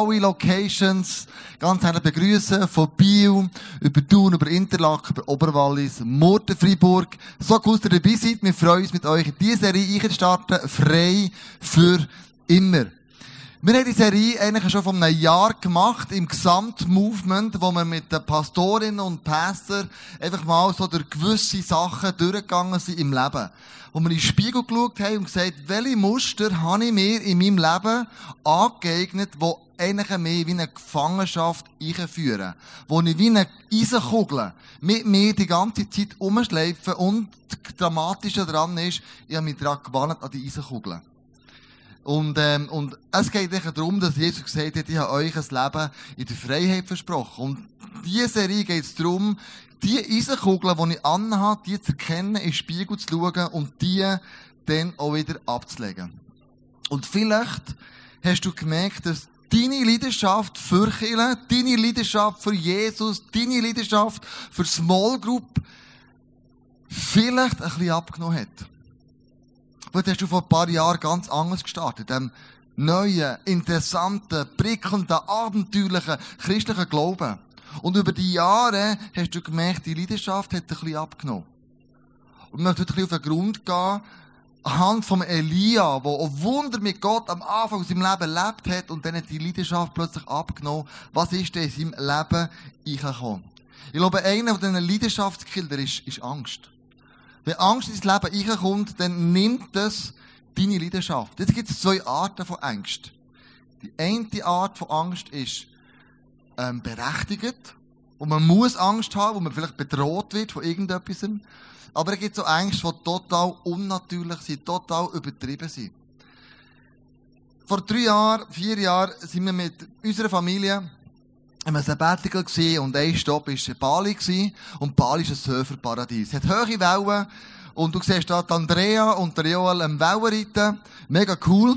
alle Locations ganz herzlich begrüßen. Von Biel, über Thun, über Interlaken, über Oberwallis, Murten, Freiburg. So cool, dass ihr dabei seid. Wir freuen uns, mit euch in diese Serie einzustarten. Frei für immer. Wir haben die Serie eigentlich schon vor einem Jahr gemacht, im Gesamtmovement, wo wir mit den Pastorinnen und Pastor einfach mal so durch gewisse Sachen durchgegangen sind im Leben. Wo wir in den Spiegel geschaut haben und gesagt, welche Muster habe ich mir in meinem Leben angeeignet, die eigentlich mehr wie eine Gefangenschaft einführen. Wo ich wie eine Eisenkugel mit mir die ganze Zeit umschleife und das Dramatische daran ist, ich habe mich daran gewandt an die Eisenkugel. Und es geht eigentlich darum, dass Jesus gesagt hat, ich habe euch ein Leben in der Freiheit versprochen. Und diese Serie geht es darum, die Eisenkugel, die ich anhabe, die zu erkennen, in den Spiegel zu schauen und die dann auch wieder abzulegen. Und vielleicht hast du gemerkt, dass deine Leidenschaft für Kirche, deine Leidenschaft für Jesus, deine Leidenschaft für Small Group vielleicht ein bisschen abgenommen hat. Vielleicht hast du vor ein paar Jahren ganz anders gestartet. Dem neuen, interessanten, prickelnden, abenteuerlichen christlichen Glauben. Und über die Jahre hast du gemerkt, die Leidenschaft hat ein bisschen abgenommen. Und wir möchten heute ein bisschen auf den Grund gehen, anhand von Elia, der ein Wunder mit Gott am Anfang seines Lebens erlebt hat und dann hat die Leidenschaft plötzlich abgenommen. Was ist denn in seinem Leben eingekommen? Ich glaube, einer von diesen Leidenschaftskiller ist Angst. Wenn Angst ins Leben reinkommt, dann nimmt das deine Leidenschaft. Jetzt gibt es zwei Arten von Angst. Die eine Art von Angst ist berechtigt. Und man muss Angst haben, wo man vielleicht bedroht wird von irgendetwas. Aber es gibt so Ängste, die total unnatürlich sind, total übertrieben sind. Vor 4 Jahren sind wir mit unserer Familie in einem Sabbatical gewesen und ein Stopp war Bali gewesen. Und Bali ist ein Surferparadies. Es hat hohe Wellen und du siehst da die Andrea und der Joel am Wellenreiten. Mega cool.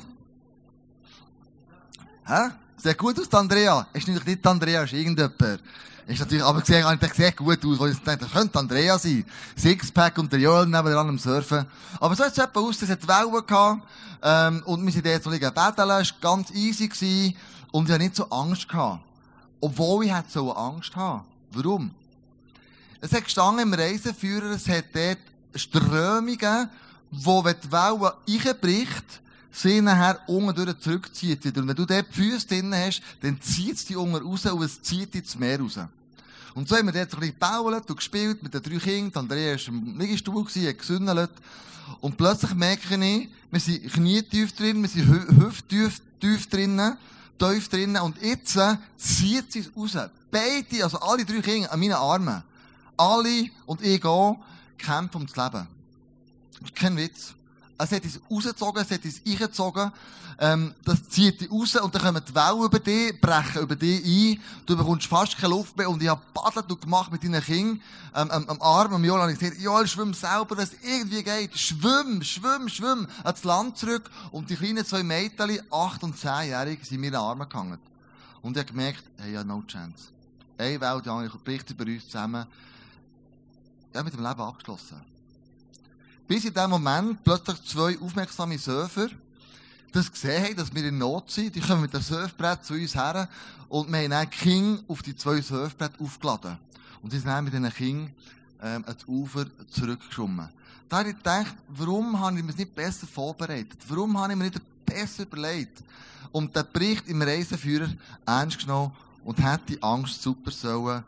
Hä? Sieht gut aus, die Andrea. Ist natürlich nicht die Andrea, ist irgendjemand. Ist natürlich, aber sieht gut aus, weil ich dachte, das könnte Andrea sein. Sixpack und der Joel nebenan am Surfen. Aber so hat es etwa aus, es hat Wellen gehabt, und wir sind dort so liegen betteln, es war ganz easy gewesen, und ich hatte nicht so Angst gehabt. Obwohl ich hätte so Angst haben. Warum? Es hat gestanden im Reiseführer, es hat dort Strömungen, wo, wenn die Welle reinbricht, sie nachher unten durch zurückzieht wieder. Und wenn du dort die Füße drin hast, dann zieht es die unten raus und es zieht ins Meer raus. Und so haben wir dort so ein bisschen gebaut und gespielt mit den 3 Kindern. Andrea war im Liegestuhl, hat gesündelt. Und plötzlich merke ich, wir sind knietief drin, wir sind hüfttief drinnen. Tief drinnen, und jetzt zieht sie es raus. Beide, also alle 3 Kinder an meinen Armen. Alle und ich auch kämpfen ums Leben. Das ist kein Witz. Es hat uns rausgezogen, es hat uns eingezogen, das zieht dich raus und dann kommen die Wellen über dich, brechen über dich ein, du bekommst fast keine Luft mehr und ich habe paddelt und gemacht mit deinen Kindern, am Arm, am Joel, und ich gesagt, Joel, schwimm selber, wenn es irgendwie geht, schwimm, ans Land zurück, und die kleinen 2 Mädchen, 8- und 10-Jährige, sind mir in den Armen gehangen. Und ich habe gemerkt, hey, ja, no chance. Eine Welt, die andere bricht über uns zusammen. Ich habe mit dem Leben abgeschlossen. Bis in dem Moment plötzlich 2 aufmerksame Surfer das gesehen haben, dass wir in Not sind. Die kommen mit dem Surfbrett zu uns her und wir haben dann die Kinder auf die 2 Surfbretter aufgeladen. Und sie sind dann mit diesen Kindern ans Ufer zurückgeschwommen. Da habe ich gedacht, warum habe ich mir das nicht besser vorbereitet? Warum habe ich mir nicht besser überlegt? Und der Bericht im Reiseführer ernst genommen und hat die Angst super sollen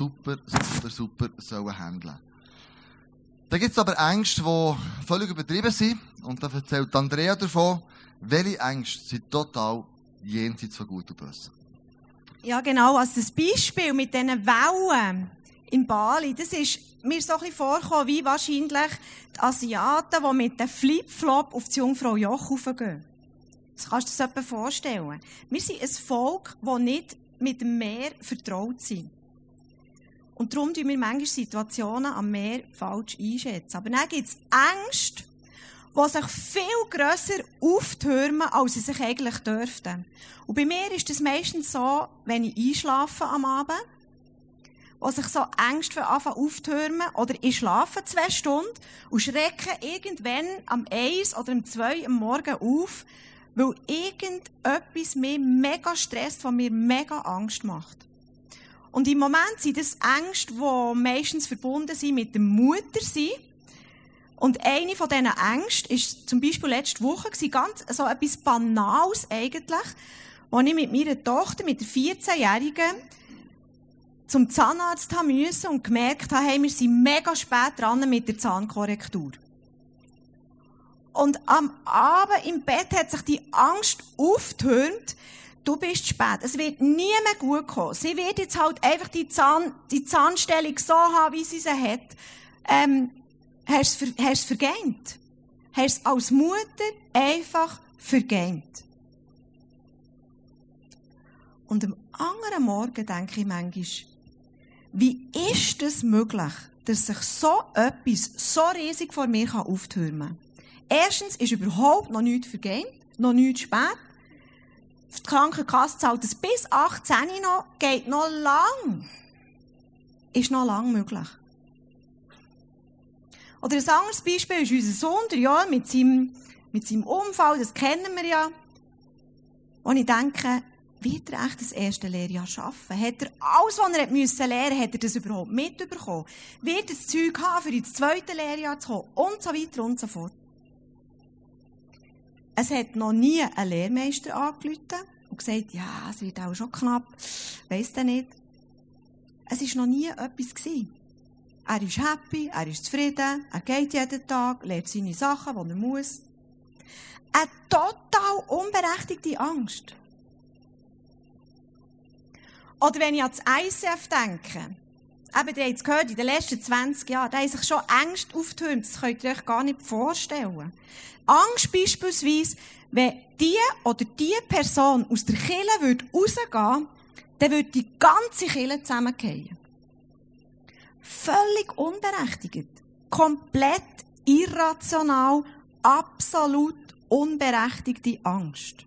handeln. Da gibt es aber Ängste, die völlig übertrieben sind. Und da erzählt Andrea davon, welche Ängste sind total jenseits von Gut und Böse. Ja, genau. Also das Beispiel mit diesen Wellen in Bali, das ist mir so ein bisschen vorgekommen, wie wahrscheinlich die Asiaten, die mit dem Flip-Flop auf die Jungfrau Joch raufgehen. Das kannst du dir etwa vorstellen. Wir sind ein Volk, das nicht mit dem Meer vertraut sind. Und darum tun wir manchmal Situationen am Meer falsch einschätzen. Aber dann gibt es Ängste, die sich viel grösser auftürmen, als sie sich eigentlich dürften. Und bei mir ist das meistens so, wenn ich einschlafe am Abend, wo sich so Ängste anfangen auftürmen, oder ich schlafe 2 Stunden und schrecke irgendwann am 1 oder am 2 am Morgen auf, weil irgendetwas mich mega stresst, was mir mega Angst macht. Und im Moment sind das Ängste, die meistens verbunden sind mit dem Muttersein. Und eine von diesen Ängsten war zum Beispiel letzte Woche, ganz so etwas Banales eigentlich, als ich mit meiner Tochter, mit der 14-Jährigen, zum Zahnarzt haben müssen und gemerkt habe, hey, wir sind mega spät dran mit der Zahnkorrektur. Und am Abend im Bett hat sich die Angst aufgetürmt, du bist spät. Es wird nie mehr gut kommen. Sie wird jetzt halt einfach die Zahnstellung so haben, wie sie hat. Hast du es vergeigt? Hast du es als Mutter einfach vergeigt? Und am anderen Morgen denke ich manchmal, wie ist es möglich, dass sich so etwas so riesig vor mir auftürmen kann? Erstens ist überhaupt noch nichts vergeigt, noch nichts spät. Die Krankenkasse zahlt es bis 18 noch, geht noch lang. Ist noch lang möglich. Oder ein anderes Beispiel ist unser Sohn, der Joel, mit seinem Unfall, das kennen wir ja. Und ich denke, wird er echt das erste Lehrjahr schaffen? Hat er alles, was er lernen musste, hat er das überhaupt mitbekommen? Wird er das Zeug haben, für ins zweite Lehrjahr zu kommen? Und so weiter und so fort. Es hat noch nie ein Lehrmeister angerufen und gesagt, ja, es wird auch schon knapp. Weiss der nicht. Es war noch nie etwas gewesen. Er ist happy, er ist zufrieden, er geht jeden Tag, lernt seine Sachen, die er muss. Eine total unberechtigte Angst. Oder wenn ich an das ICF denke, eben, ihr habt es gehört, in den letzten 20 Jahren, da haben sich schon Ängste aufgetürmt, das könnt ihr euch gar nicht vorstellen. Angst beispielsweise, wenn die oder die Person aus der Kirche rausgehen würde, dann würde die ganze Kirche zusammengehen. Völlig unberechtigt. Komplett irrational, absolut unberechtigte Angst.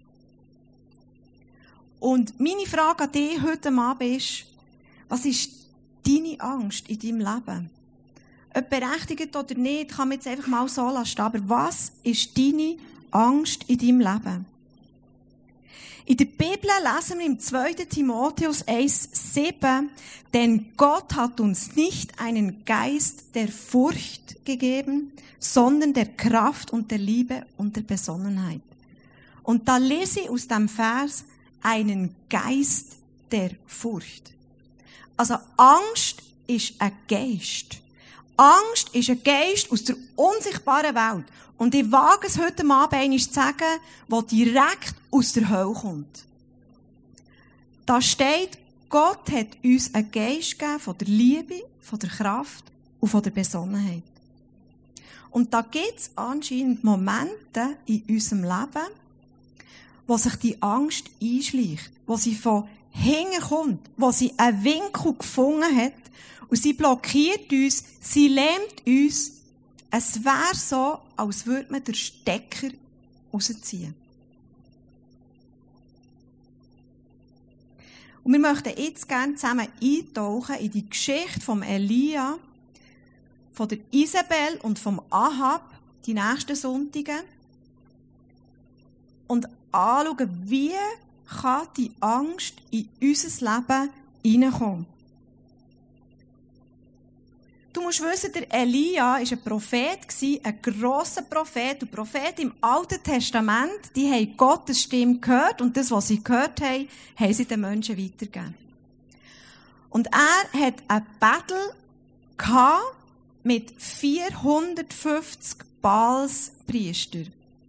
Und meine Frage an dich heute Abend ist, was ist deine Angst in deinem Leben? Ob berechtigt oder nicht, kann man jetzt einfach mal so lassen. Aber was ist deine Angst in deinem Leben? In der Bibel lesen wir im 2. Timotheus 1,7, denn Gott hat uns nicht einen Geist der Furcht gegeben, sondern der Kraft und der Liebe und der Besonnenheit. Und da lese ich aus dem Vers einen Geist der Furcht. Also Angst ist ein Geist. Angst ist ein Geist aus der unsichtbaren Welt. Und ich wage es heute Abend einmal zu sagen, der direkt aus der Hölle kommt. Da steht, Gott hat uns einen Geist gegeben von der Liebe, von der Kraft und von der Besonnenheit. Und da gibt es anscheinend Momente in unserem Leben, wo sich die Angst einschleicht, wo sie von hinten kommt, wo sie einen Winkel gefunden hat und sie blockiert uns, sie lähmt uns. Es wäre so, als würde man den Stecker rausziehen. Und wir möchten jetzt gerne zusammen eintauchen in die Geschichte von Elia, von der Isabel und vom Ahab, die nächsten Sonntage, und anschauen, wie kann die Angst in unser Leben hineinkommen. Du musst wissen, der Elia war ein Prophet, ein grosser Prophet. Und Propheten im Alten Testament, die haben Gottes Stimme gehört und das, was sie gehört haben, haben sie den Menschen weitergegeben. Und er hat ein Battle gehabt mit 450 Baalspriester.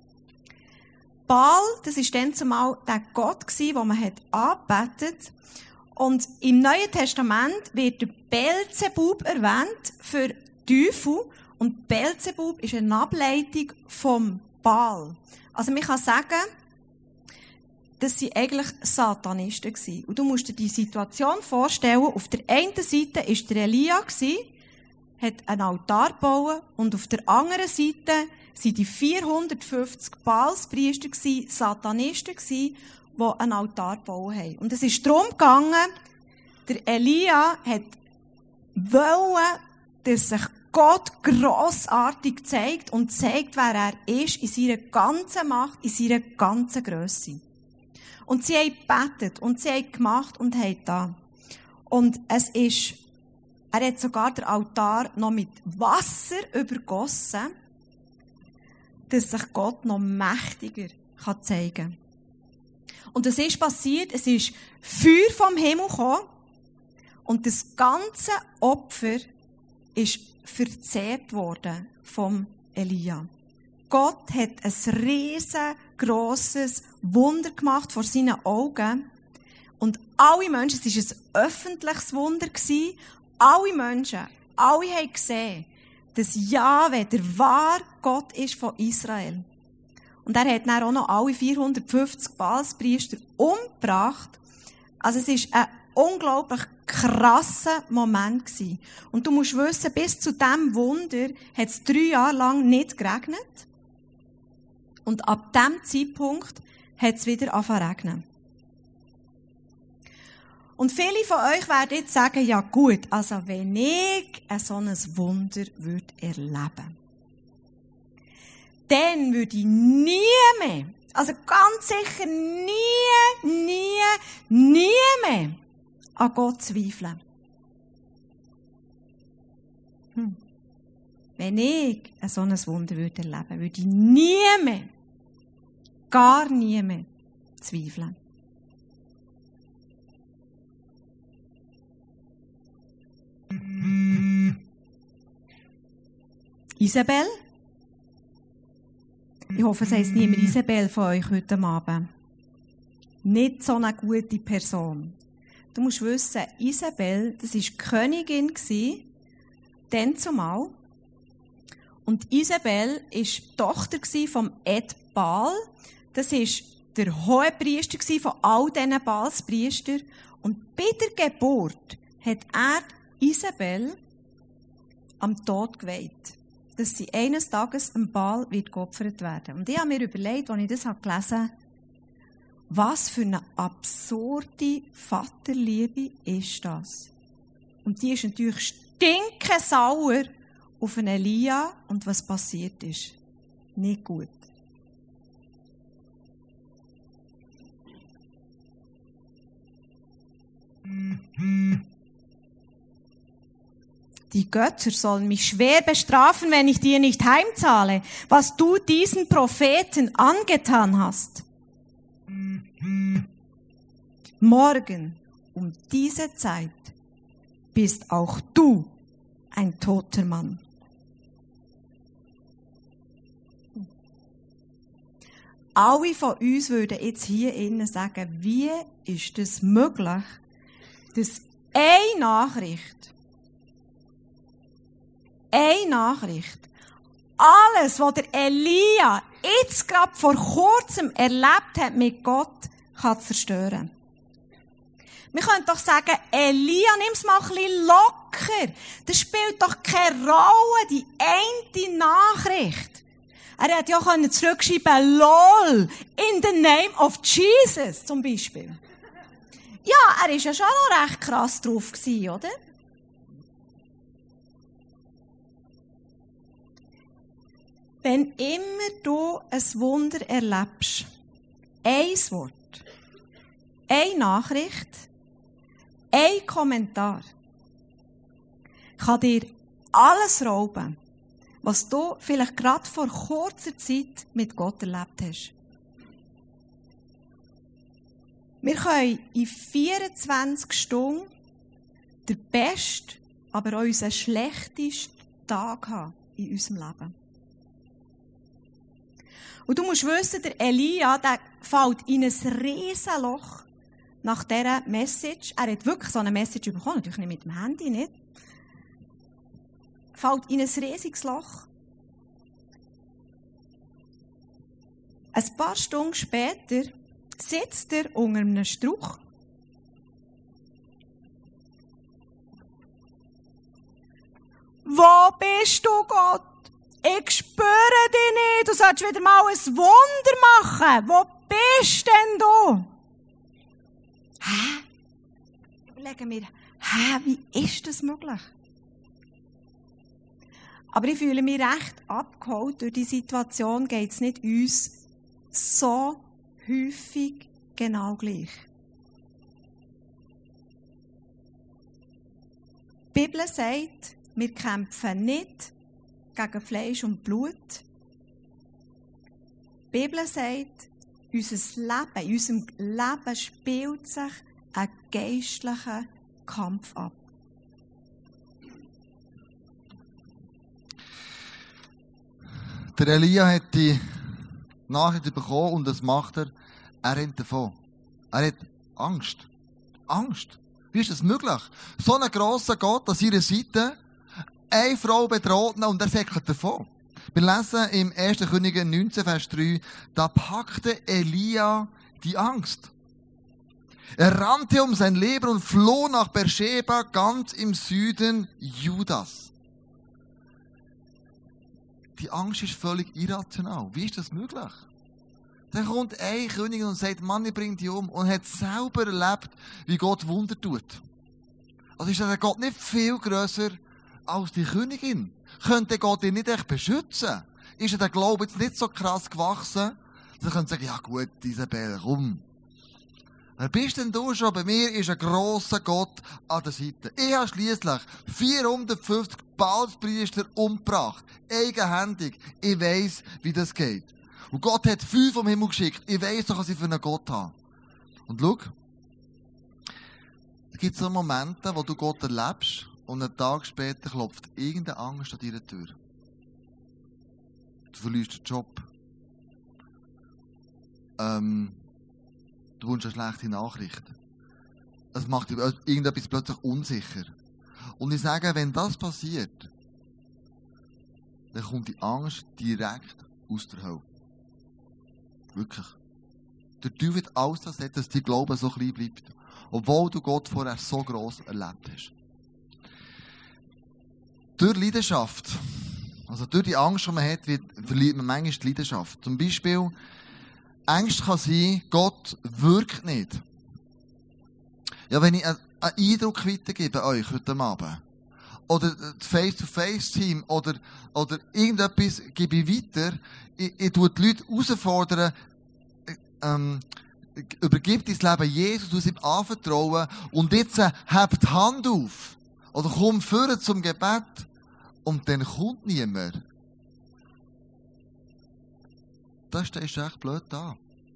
Baal, das war dann zumal der Gott, den man angebetet hat. Und im Neuen Testament wird der Beelzebub erwähnt für Teufel. Und Beelzebub ist eine Ableitung vom Baal. Also man kann sagen, dass sie eigentlich Satanisten waren. Und du musst dir die Situation vorstellen, auf der einen Seite war der Elia, hat einen Altar gebaut, und auf der anderen Seite waren die 450 Baalspriester, Satanisten, die einen Altar gebaut haben. Und es ist darum gegangen, der Elia wollte, dass sich Gott grossartig zeigt und zeigt, wer er ist, in seiner ganzen Macht, in seiner ganzen Grösse. Und sie haben gebetet und sie haben gemacht und haben da. Und er hat sogar den Altar noch mit Wasser übergossen, dass sich Gott noch mächtiger zeigen kann. Und es ist passiert, es ist Feuer vom Himmel gekommen und das ganze Opfer ist verzehrt worden vom Elia. Gott hat ein riesengroßes Wunder gemacht vor seinen Augen. Und alle Menschen, es war ein öffentliches Wunder, alle Menschen, alle haben gesehen, dass Jahwe der wahre Gott ist von Israel. Und er hat dann auch noch alle 450 Baalspriester umgebracht. Also es war ein unglaublich krasser Moment gewesen. Und du musst wissen, bis zu diesem Wunder hat es 3 Jahre lang nicht geregnet. Und ab diesem Zeitpunkt hat es wieder angefangen zu regnen. Und viele von euch werden jetzt sagen, ja gut, also wenn ich so ein Wunder erleben würde, dann würde ich nie mehr, also ganz sicher nie mehr an Gott zweifeln. Wenn ich so ein Wunder erleben würde, würde ich nie mehr, gar nie mehr zweifeln. Isabel? Ich hoffe, es heisst niemand Isabel von euch heute Abend. Nicht so eine gute Person. Du musst wissen, Isabel, das war die Königin, dann zumal. Und Isabel war die Tochter vom Ed-Baal. Das war der Hohepriester von all diesen Baalspriestern. Und bei der Geburt hat er Isabel am Tod geweiht. Dass sie eines Tages am Baal wird geopfert werden. Und ich habe mir überlegt, als ich das gelesen habe, was für eine absurde Vaterliebe ist das? Und die ist natürlich stinkesauer auf einen Elia und was passiert ist. Nicht gut. Die Götter sollen mich schwer bestrafen, wenn ich dir nicht heimzahle, was du diesen Propheten angetan hast. Morgen um diese Zeit bist auch du ein toter Mann. Alle von uns würden jetzt hier innen sagen, wie ist es möglich, dass eine Nachricht, alles, was der Elia jetzt gerade vor kurzem erlebt hat mit Gott, kann zerstören. Wir können doch sagen, Elia, nimm's mal ein bisschen locker. Das spielt doch keine Rolle, die eine Nachricht. Er hätte ja zurückschreiben, LOL, in the name of Jesus, zum Beispiel. Ja, er war ja schon noch recht krass drauf gewesen, oder? Wenn immer du ein Wunder erlebst, ein Wort, eine Nachricht, ein Kommentar, kann dir alles rauben, was du vielleicht gerade vor kurzer Zeit mit Gott erlebt hast. Wir können in 24 Stunden den besten, aber auch unseren schlechtesten Tag haben in unserem Leben. Und du musst wissen, der Elia, der fällt in ein Riesenloch nach dieser Message. Er hat wirklich so eine Message bekommen, natürlich nicht mit dem Handy, nicht? Fällt in ein riesiges Loch. Ein paar Stunden später sitzt er unter einem Strauch. Wo bist du, Gott? Ich spüre dich nicht. Du solltest wieder mal ein Wunder machen. Wo bist denn du? Überlegen wir, wie ist das möglich? Aber ich fühle mich recht abgeholt durch die Situation, geht es nicht uns so häufig genau gleich. Die Bibel sagt, wir kämpfen nicht gegen Fleisch und Blut. Die Bibel sagt, in unserem Leben spielt sich ein geistlicher Kampf ab. Der Elia hat die Nachricht bekommen und das macht er. Er rennt davon. Er hat Angst. Angst. Wie ist das möglich? So ein grosser Gott an seiner Seite, eine Frau bedroht ihn und er säckelt davon. Wir lesen im 1. Könige 19, Vers 3, da packte Elia die Angst. Er rannte um sein Leben und floh nach Beersheba, ganz im Süden Judas. Die Angst ist völlig irrational. Wie ist das möglich? Dann kommt eine Königin und sagt, Mann, ich bringe dich um. Und hat selber erlebt, wie Gott Wunder tut. Also ist der Gott nicht viel grösser als die Königin? Könnte Gott ihn nicht echt beschützen? Ist der Glaube jetzt nicht so krass gewachsen? Sie können sagen, ja gut, Isabel, komm. Wer bist denn du schon? Bei mir ist ein grosser Gott an der Seite. Ich habe schliesslich 450 Baalspriester umgebracht. Eigenhändig. Ich weiss, wie das geht. Und Gott hat 5 vom Himmel geschickt. Ich weiss doch, was ich für einen Gott habe. Und schau, es gibt so Momente, wo du Gott erlebst und einen Tag später klopft irgendeine Angst an deiner Tür. Du verlierst den Job. Du wünschst eine schlechte Nachricht. Es macht dich irgendetwas plötzlich unsicher. Und ich sage, wenn das passiert, dann kommt die Angst direkt aus der Hölle. Wirklich. Der Teufel wird alles das setzen, dass dein Glaube so klein bleibt. Obwohl du Gott vorher so gross erlebt hast. Durch Leidenschaft, also durch die Angst, die man hat, verliert man manchmal die Leidenschaft. Zum Beispiel, Angst kann sein, Gott wirkt nicht. Ja, wenn ich einen Eindruck weitergebe euch heute Abend, oder das Face-to-Face-Team, oder irgendetwas gebe ich weiter, ich tue die Leute herausfordern, übergib dein Leben Jesus, du es ihm anvertrauen, und jetzt hebt die Hand auf, oder komm vorne zum Gebet, und dann kommt niemand. Da stehst du echt blöd da.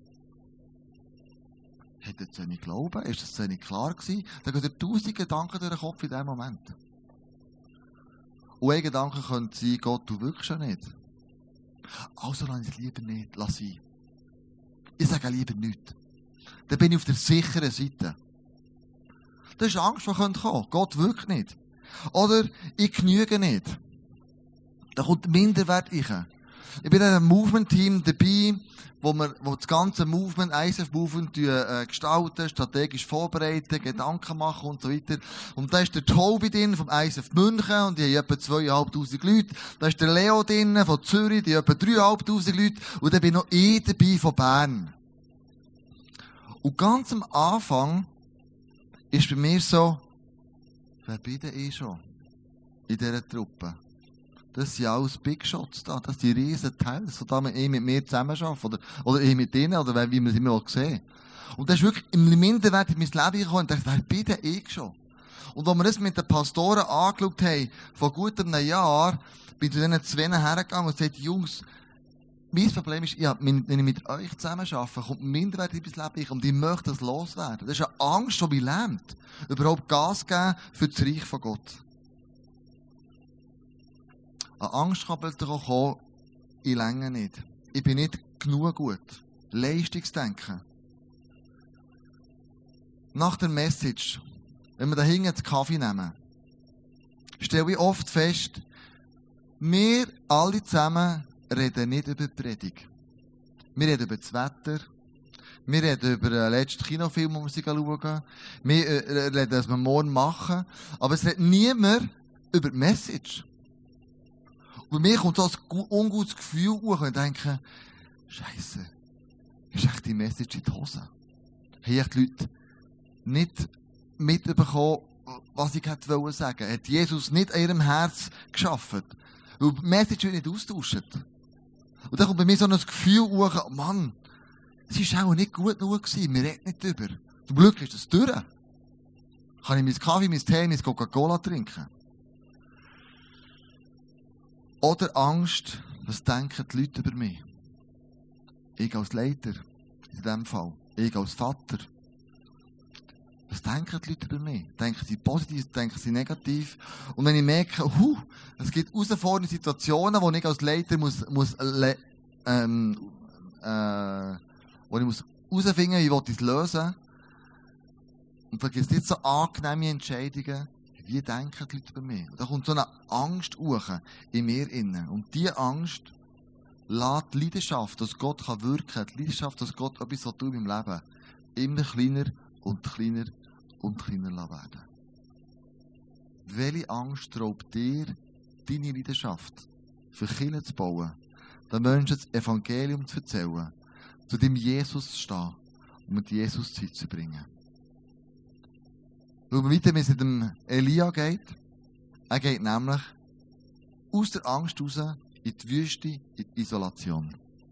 Hat er zu wenig Glauben? Ist das zu wenig klar gewesen? Da gehen dir 1000 Gedanken durch den Kopf in diesem Moment. Und ein Gedanke könnte sein, Gott, du wirkst ja nicht. Also lass ich es lieber nicht, lass sein. Ich sage lieber nichts. Dann bin ich auf der sicheren Seite. Das ist Angst, die kommen könnte. Gott wirkt nicht. Oder ich genüge nicht. Da kommt Minderwert rein. Ich bin in einem Movement-Team dabei, wo das ganze Movement, ISF-Movement, gestalten, strategisch vorbereiten, Gedanken machen und so weiter. Und da ist der Tobi drin vom ISF München, und die haben etwa 2500 Leute. Da ist der Leo drin von Zürich, die haben etwa 3500 Leute. Und dann bin noch ich dabei von Bern. Und ganz am Anfang ist bei mir so, wer bin denn ich schon in dieser Truppe? Das sind alles Big Shots da. Das sind riesen Teile, von da ich mit mir zusammenarbeite. Oder ich mit denen, oder wie man es immer sehen. Und das ist wirklich im Minderwert in mein Leben gekommen und dachte, wer bin denn ich schon? Und als wir das mit den Pastoren angeschaut haben, vor gut einem Jahr, bin ich zu diesen zwei hergegangen und gesagt, Jungs, mein Problem ist, ja, wenn ich mit euch zusammenarbeite, kommt Minderwert in mein Leben und ich möchte das loswerden. Das ist eine Angst, die mich lähmt. Überhaupt Gas geben für das Reich von Gott. Eine Angst kann plötzlich auch kommen, ich länge nicht. Ich bin nicht genug gut. Leistungsdenken. Nach der Message, wenn wir da hinten den Kaffee nehmen, stelle ich oft fest, wir alle zusammen reden nicht über die Predigt. Wir reden über das Wetter. Wir reden über den letzten Kinofilm, den wir schauen. Wir reden, was wir morgen machen. Aber es redet niemand über die Message. Und bei mir kommt so ein ungutes Gefühl hoch und ich denke, Scheisse, ist echt die Message in die Hose? Haben die Leute nicht mitbekommen, was ich hätte sagen wollen? Hat Jesus nicht an ihrem Herz geschaffen? Weil die Message wird nicht austauscht. Und dann kommt bei mir so ein Gefühl hoch, Mann, es war auch nicht gut genug gewesen, wir reden nicht drüber. Zum Glück ist das durch. Kann ich meinen Kaffee, meinen Tee, meine Coca-Cola trinken? Oder Angst, was denken die Leute über mich? Ich als Leiter, in diesem Fall. Ich als Vater. Was denken die Leute über mich? Denken sie positiv, denken sie negativ? Und wenn ich merke, es gibt herausfordernde Situationen, wo ich als Leiter wo ich herausfinden muss, wie ich es lösen. Und da gibt es nicht so angenehme Entscheidungen. Wie denken die Leute über mich? Und da kommt so eine Angst hoch in mir innen. Und diese Angst lässt die Leidenschaft, dass Gott wirken kann, die Leidenschaft, dass Gott etwas tun in meinem Leben, immer kleiner und kleiner und kleiner werden. Welche Angst raubt dir deine Leidenschaft, für Kirche zu bauen, den Menschen das Evangelium zu erzählen, zu dem Jesus zu stehen und mit Jesus Zeit zu bringen? Schauen wir weiter, wie es mit dem Elia geht. Er geht nämlich aus der Angst raus in die Wüste, in die Isolation.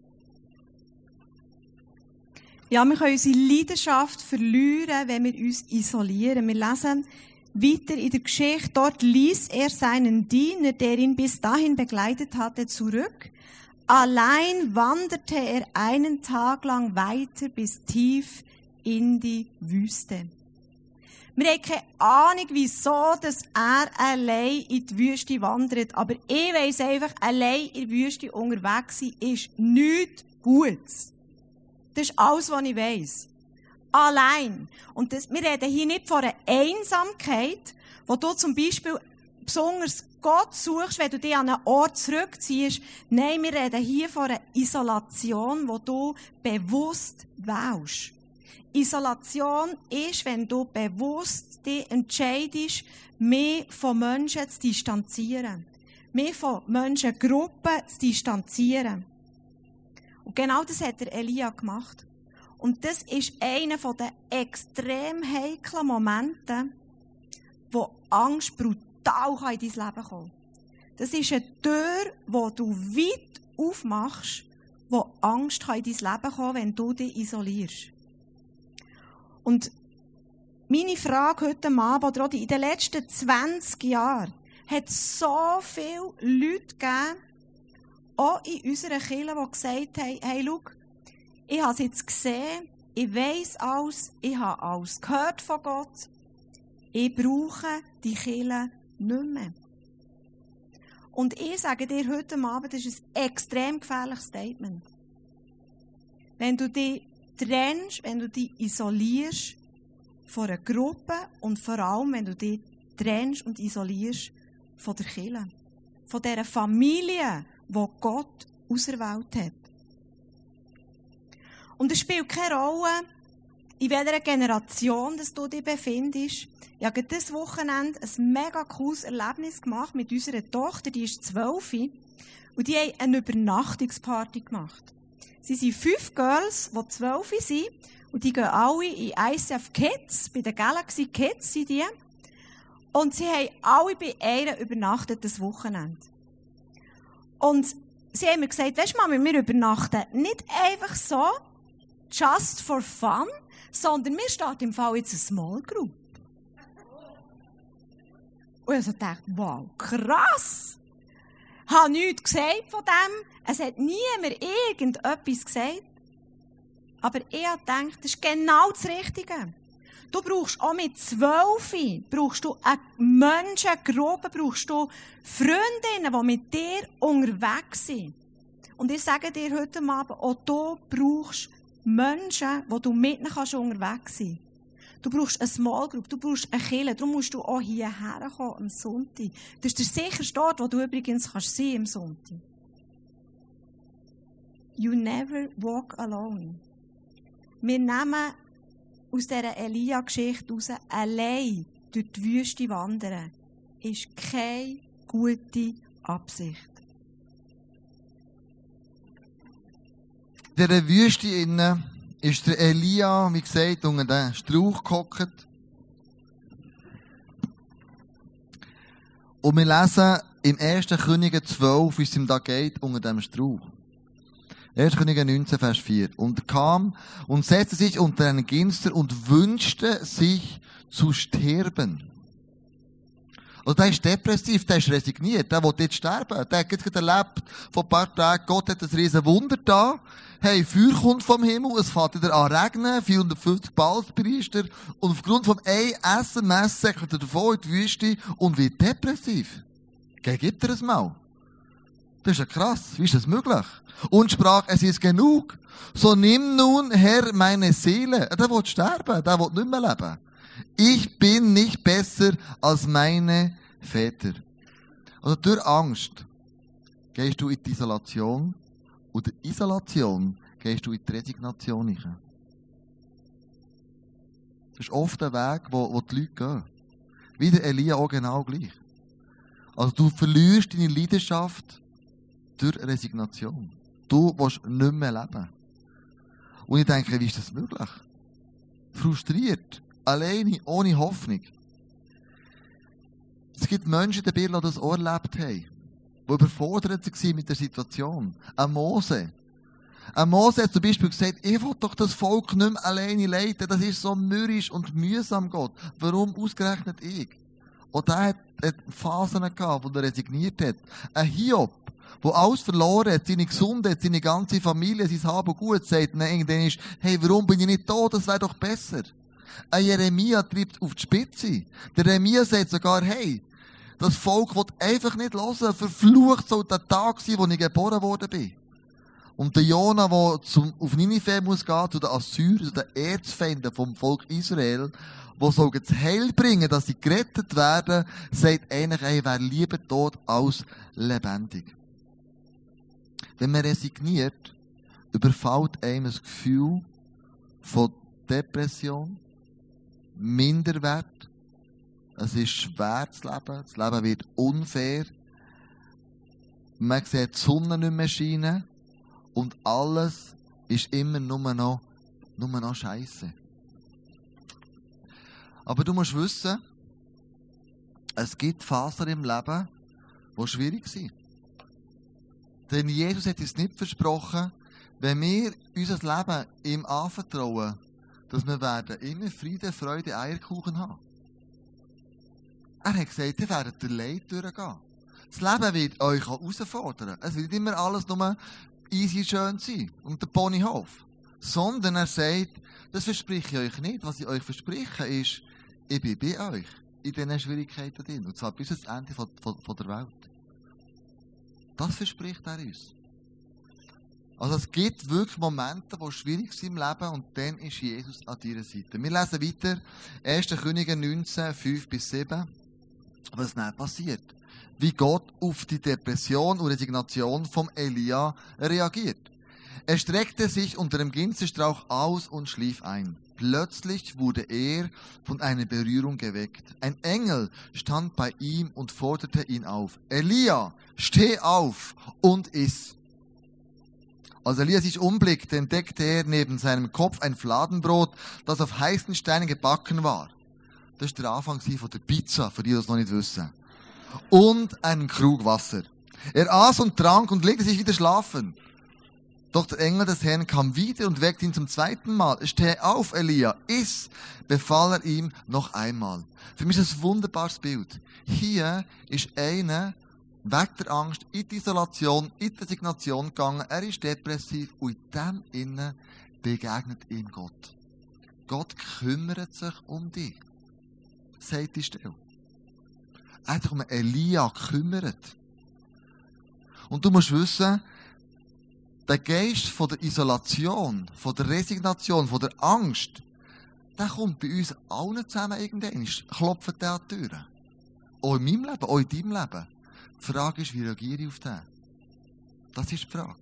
Ja, wir können unsere Leidenschaft verlieren, wenn wir uns isolieren. Wir lesen weiter in der Geschichte. Dort ließ er seinen Diener, der ihn bis dahin begleitet hatte, zurück. Allein wanderte er einen Tag lang weiter bis tief in die Wüste. Wir haben keine Ahnung, wieso dass er allein in die Wüste wandert. Aber ich weiss einfach, allein in der Wüste unterwegs sein ist nichts Gutes. Das ist alles, was ich weiss. Allein. Und wir reden hier nicht von einer Einsamkeit, wo du zum Beispiel besonders Gott suchst, wenn du dich an einen Ort zurückziehst. Nein, wir reden hier von einer Isolation, wo du bewusst wählst. Isolation ist, wenn du bewusst dich entscheidest, mehr von Menschen zu distanzieren. Mehr von Menschengruppen zu distanzieren. Und genau das hat der Elia gemacht. Und das ist einer der extrem heiklen Momente, wo Angst brutal in dein Leben kommen kann. Das ist eine Tür, die du weit aufmachst, wo Angst in dein Leben kommen kann, wenn du dich isolierst. Und meine Frage heute Abend, oder auch in den letzten 20 Jahren, hat es so viele Leute gegeben, auch in unserer Kirche, die gesagt haben, hey, schau, ich habe es jetzt gesehen, ich weiss alles, ich habe alles gehört von Gott, ich brauche die Kirche nicht mehr. Und ich sage dir heute Abend, das ist ein extrem gefährliches Statement. Wenn du dich trennst, wenn du dich isolierst von einer Gruppe und vor allem, wenn du dich trennst und isolierst von der Kirche, von dieser Familie, die Gott auserwählt hat. Und es spielt keine Rolle, in welcher Generation dass du dich befindest. Ich habe dieses Wochenende ein mega cooles Erlebnis gemacht mit unserer Tochter, die ist 12, und die haben eine Übernachtungsparty gemacht. Sie sind 5 Girls, die 12 sind, und die gehen alle in ICF Kids, bei den Galaxy Kids sind die. Und sie haben alle bei einer übernachtet das Wochenende. Und sie haben mir gesagt, weisst du, Mami, wir übernachten nicht einfach so, just for fun, sondern wir starten im Fall jetzt eine Small Group. Und ich dachte, wow, krass! Ich habe nichts gesagt von dem. Es hat niemand irgendetwas gesagt. Aber ich habe gedacht, das ist genau das Richtige. Du brauchst auch mit 12, brauchst du eine Menschengruppe, brauchst du Freundinnen, die mit dir unterwegs sind. Und ich sage dir heute Abend, auch du brauchst Menschen, die du mit ihnen unterwegs sein kannst. Du brauchst eine Small Group, du brauchst eine Kirche, darum musst du auch hierher kommen am Sonntag. Das ist der sicherste Ort, wo du übrigens kannst sein am Sonntag. You never walk alone. Wir nehmen aus dieser Elia-Geschichte heraus, allein durch die Wüste wandern, ist keine gute Absicht. In dieser Wüste innen ist der Elia, wie gesagt, unter den Strauch gehockt. Und wir lesen im 1. Könige 12, wie es ihm da geht, unter dem Strauch. 1. Könige 19, Vers 4. Und er kam und setzte sich unter einen Ginster und wünschte sich zu sterben. Also der ist depressiv, der ist resigniert, der will jetzt sterben. Der hat gerade erlebt, vor ein paar Tagen, Gott hat ein riesen Wunder da. Hey, Feuer kommt vom Himmel, es fängt wieder an regnen, 450 Balspriester. Und aufgrund von einem SMS säckelt er davon in die Wüste und wird depressiv. Gibt er es mal? Das ist ja krass, wie ist das möglich? Und sprach, es ist genug. So nimm nun, Herr, meine Seele. Der will sterben, der will nicht mehr leben. Ich bin nicht besser als meine Väter. Also durch Angst gehst du in die Isolation und durch Isolation gehst du in die Resignation hinein. Das ist oft der Weg, wo die Leute gehen. Wie der Elia auch genau gleich. Also du verlierst deine Leidenschaft durch Resignation. Du willst nicht mehr leben. Und ich denke, wie ist das möglich? Frustriert. Alleine, ohne Hoffnung. Es gibt Menschen in der Bibel, die das auch erlebt haben, die überfordert waren mit der Situation. Ein Mose. Ein Mose hat zum Beispiel gesagt, ich will doch das Volk nicht mehr alleine leiten, das ist so mürrisch und mühsam, Gott. Warum ausgerechnet ich? Und der hat Phasen gehabt, wo er resigniert hat. Ein Hiob, der alles verloren hat, seine Gesundheit, seine ganze Familie, sein Hab und Gut, sagt dann irgendwann, hey, warum bin ich nicht da, das wäre doch besser. Ein Jeremia treibt auf die Spitze. Der Jeremia sagt sogar, hey, das Volk will einfach nicht hören. Verflucht soll der Tag sein, wo ich geboren worden bin. Und der Jona, der auf Ninive muss gehen, zu den Assyrern, zu den Erzfeinden vom Volk Israel, der soll das Heil bringen, dass sie gerettet werden, sagt eigentlich, hey, wer lieber tot als lebendig. Wenn man resigniert, überfällt einem das Gefühl von Depression, Minderwert. Es ist schwer zu leben. Das Leben wird unfair. Man sieht die Sonne nicht mehr scheinen. Und alles ist immer nur noch Scheisse. Aber du musst wissen, es gibt Phasen im Leben, die schwierig sind. Denn Jesus hat uns nicht versprochen, wenn wir unser Leben ihm anvertrauen, dass wir werden immer Friede, Freude, Eierkuchen haben. Er hat gesagt, ihr werdet der Leid durchgehen. Das Leben wird euch herausfordern. Es wird nicht immer alles nur easy schön sein und der Ponyhof. Sondern er sagt, das verspreche ich euch nicht. Was ich euch verspreche ist, ich bin bei euch in diesen Schwierigkeiten drin. Und zwar bis ans Ende von der Welt. Das verspricht er uns. Also es gibt wirklich Momente, die schwierig sind im Leben und dann ist Jesus an deiner Seite. Wir lesen weiter, 1. Könige 19, 5-7, was dann passiert. Wie Gott auf die Depression und Resignation vom Elia reagiert. Er streckte sich unter dem Ginsterstrauch aus und schlief ein. Plötzlich wurde er von einer Berührung geweckt. Ein Engel stand bei ihm und forderte ihn auf. Elia, steh auf und iss. Als Elia sich umblickte, entdeckte er neben seinem Kopf ein Fladenbrot, das auf heißen Steinen gebacken war. Das ist der Anfang von der Pizza, für die das noch nicht wissen. Und einen Krug Wasser. Er aß und trank und legte sich wieder schlafen. Doch der Engel des Herrn kam wieder und weckte ihn zum zweiten Mal. Steh auf, Elia, iss, befahl er ihm noch einmal. Für mich ist das ein wunderbares Bild. Hier ist einer weg der Angst in die Isolation, in die Resignation gegangen. Er ist depressiv und in dem Innen begegnet ihm Gott. Gott kümmert sich um dich, sagt die Stelle. Er hat sich um Elia gekümmert. Und du musst wissen, der Geist von der Isolation, von der Resignation, von der Angst, der kommt bei uns allen zusammen irgendwann, klopft der an die Türen. Auch in meinem Leben, auch in deinem Leben. Die Frage ist, wie reagiere ich auf den? Das ist die Frage.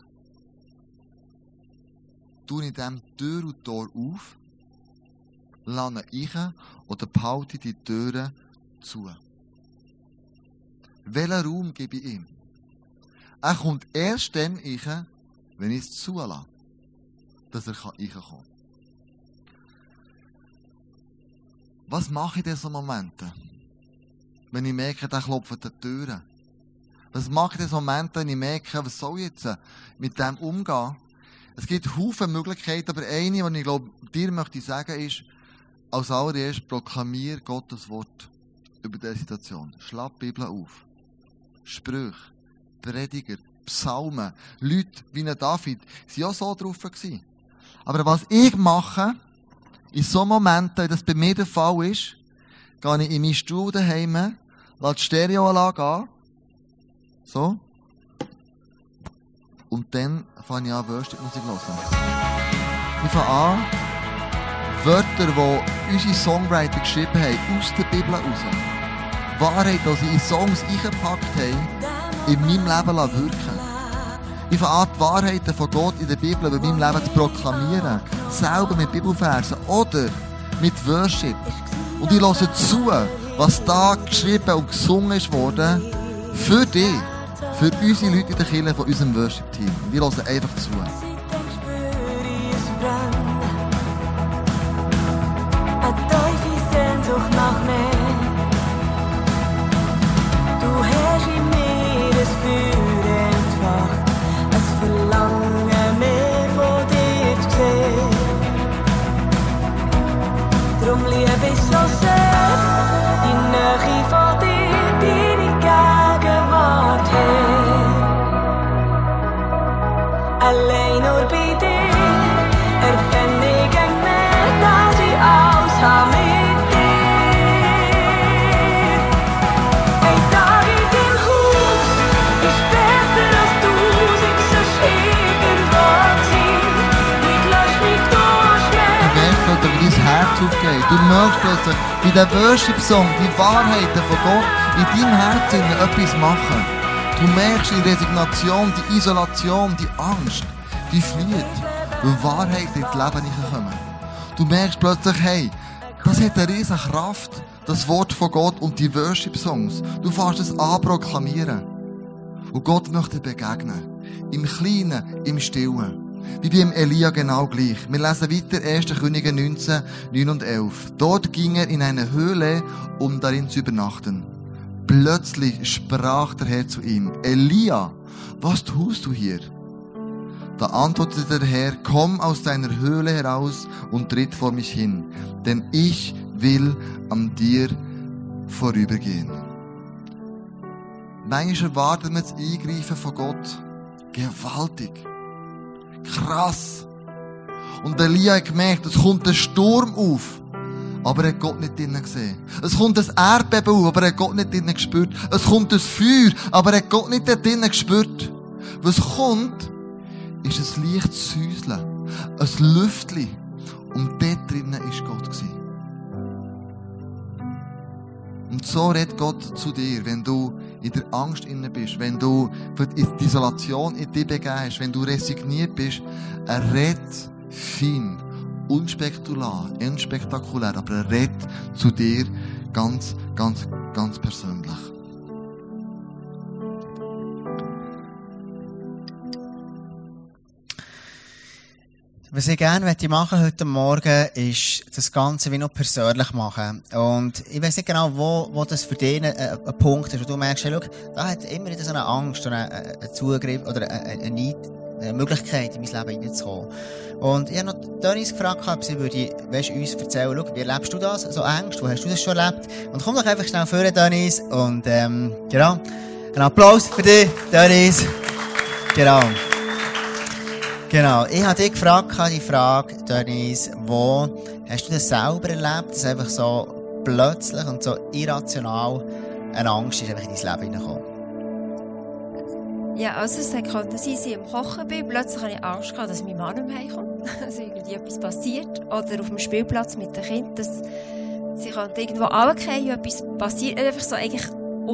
Tue ich dem Tür und Tor auf, lasse rein oder behalte die Türen zu? Welchen Raum gebe ich ihm? Er kommt erst dann rein, wenn ich es zulasse, dass er reinkommen kann. Was mache ich in diesen Momenten? Wenn ich merke, der klopft an die Türen. Was mache ich in diesen Momenten, wenn ich merke, was soll ich jetzt mit dem umgehen? Es gibt Haufen Möglichkeiten, aber eine, die ich glaube, dir möchte ich sagen, ist, als allererst proklamier Gottes Wort über diese Situation. Schlag die Bibel auf. Sprüche, Prediger, Psalmen, Leute wie ein David, waren auch so drauf gewesen. Aber was ich mache, in so Momenten, wenn das bei mir der Fall ist, gehe ich in meinen Stuhl daheim, lasse die Stereoanlage an, so, und dann fange ich an, Worship-Musik zu hören. Ich fange an, Wörter, die unsere Songwriter geschrieben haben, aus der Bibel heraus. Wahrheit, die sie in Songs eingepackt haben, in meinem Leben wirken. Ich fange an, die Wahrheiten von Gott in der Bibel über meinem Leben zu proklamieren. Selber mit Bibelversen oder mit Worship. Und ich höre zu, was da geschrieben und gesungen ist worden, für dich, für unsere Leute in der Kirche von unserem Worship-Team. Und ich höre einfach zu. Eine tiefe Sehnsucht nach mehr. Du hast in mir ein Feuer entfacht, ein Verlangen mehr von dir zu sehen. Drum liebe ich so sehr die Nähe von dir, deine Gegenwart her. Allein nur bei dir erkenne ich mehr, dass ich alles habe mit dir. Ein Tag in deinem Haus ist besser als 1000 sonst irgendwo gewesen. Nicht lass mich durchschmecken. Du merkst plötzlich, wie dein Herz aufgeht. Du merkst plötzlich, wie der Worship-Song, die Wahrheiten von Gott in deinem Herzen etwas machen. Du merkst die Resignation, die Isolation, die Angst, die flieht, weil Wahrheiten ins Leben hineinkommen. Du merkst plötzlich, hey, das hat eine riesige Kraft, das Wort von Gott und die Worship-Songs. Du fährst es an proklamieren. Und Gott möchte dir begegnen. Im Kleinen, im Stillen. Wie beim Elia genau gleich. Wir lesen weiter 1. Könige 19, 9 und 11. Dort ging er in eine Höhle, um darin zu übernachten. Plötzlich sprach der Herr zu ihm, Elia, was tust du hier? Da antwortete der Herr, komm aus deiner Höhle heraus und tritt vor mich hin, denn ich will an dir vorübergehen. Manchmal erwartet man das Eingreifen von Gott gewaltig, krass. Und Elia hat gemerkt, es kommt ein Sturm auf, aber er hat Gott nicht drinnen gesehen. Es kommt ein Erdbeben auf, aber er hat Gott nicht drinnen gespürt. Es kommt ein Feuer, aber er hat Gott nicht drinnen gespürt. Was kommt, ist ein leichtes Säuseln, ein Lüftchen. Und dort drinnen war Gott. Und so redet Gott zu dir, wenn du in der Angst inne bist, wenn du in die Isolation in dich begehst, wenn du resigniert bist. Er redet fein, unspektakulär, aber er redet zu dir ganz, ganz, ganz persönlich. Was ich gerne machen heute Morgen, ist das Ganze wie noch persönlich machen. Und ich weiss nicht genau, wo das für dich ein Punkt ist, wo du merkst, hey, schau, da hat immer wieder so eine Angst oder einen Zugriff oder eine Möglichkeit, in mein Leben hineinzukommen. Und ich habe noch Dennis gefragt, ob sie uns erzählen, schau, wie erlebst du das? So Angst, wo hast du das schon erlebt? Und komm doch einfach schnell vor, Dennis. Und, genau. Ein Applaus für dich, Dennis. Genau. Ich habe dich gefragt, die Frage, Dennis, wo hast du das selber erlebt, dass einfach so plötzlich und so irrational eine Angst ist einfach in dein Leben hineingekommen? Ja, also es konnte sein, dass ich am Kochen bin. Plötzlich hatte ich Angst, dass mein Mann nicht mehr heimkommt, dass irgendwie etwas passiert. Oder auf dem Spielplatz mit den Kindern, dass sie irgendwo runterfallen, etwas passiert. Einfach so eigentlich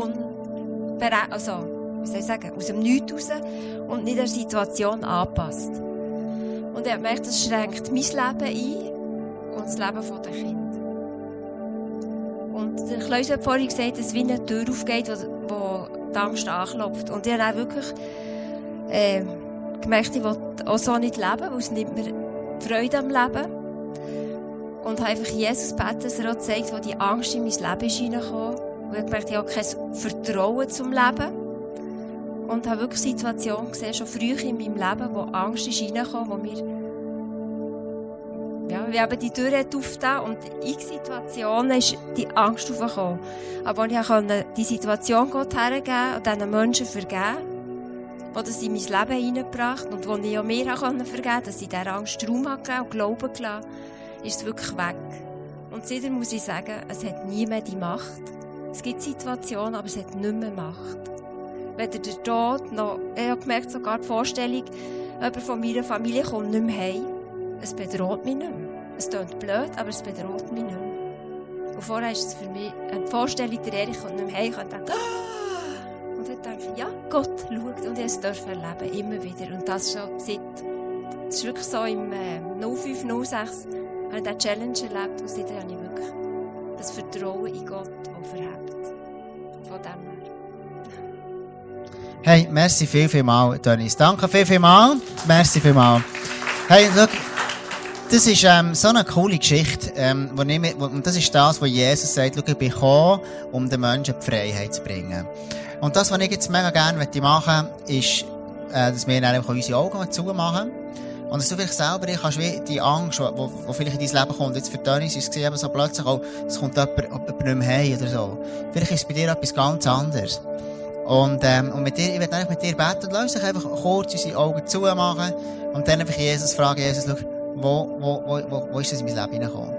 aus dem Nichts raus und nicht der Situation angepasst. Und ich habe gemerkt, das schränkt mein Leben ein und das Leben der Kinder. Und der Kleus hat vorhin gesagt, dass wie eine Tür aufgeht, wo die Angst anklopft. Und ich habe auch wirklich gemerkt, ich will auch so nicht leben, weil es nimmt mir die Freude am Leben. Und habe einfach Jesus gebeten, dass er auch zeigt, wo die Angst in mein Leben ist hineingekommen. Und ich habe gemerkt, ich habe kein Vertrauen zum Leben. Und habe wirklich Situationen gesehen, schon früh in meinem Leben, wo Angst ist reingekommen, wo mir wir haben die Tür aufgetan und in Situationen ist die Angst aufgekommen. Aber ich konnte die Situation Gott hergeben und diesen Menschen vergeben, die das in mein Leben hineingebracht und wo ich auch mir vergeben konnte, dass ich dieser Angst Raum gegeben und Glauben gelassen, ist es wirklich weg. Und seitdem muss ich sagen, es hat nie mehr die Macht. Es gibt Situationen, aber es hat nicht mehr Macht. Weder der Tod noch, ich habe gemerkt, sogar die Vorstellung, jemand von meiner Familie kommt nicht mehr heim. Es bedroht mich nicht mehr. Es klingt blöd, aber es bedroht mich nicht mehr. Und vorher ist es für mich eine Vorstellung, der Erich kommt nicht mehr heim. Ich dachte, und dann denke ich, ja, Gott schaut und ich darf erleben, immer wieder. Und das schon seit, das ist wirklich so im 05, 06, habe ich diese Challenge erlebt und seitdem habe ich wirklich das Vertrauen in Gott auch verhebt. Von dem her. Hey, merci viel mal, Dennis. Danke viel mal. Merci mal. Hey, schau, das ist so eine coole Geschichte, und das ist das, was Jesus sagt, schau, ich bin gekommen, um den Menschen die Freiheit zu bringen. Und das, was ich jetzt mega gerne machen möchte, ist, dass wir dann einfach unsere Augen zumachen. Und dass du vielleicht selber kannst, wie die Angst, die vielleicht in dein Leben kommt, jetzt für Dennis ist es eben so plötzlich auch, es kommt jemand nicht mehr heim oder so. Vielleicht ist es bei dir etwas ganz anderes. Und mit dir, ich werde eigentlich mit dir beten und lass dich einfach kurz unsere Augen zumachen und dann einfach Jesus fragen, Jesus, schau, wo ist das in mein Leben hineingekommen?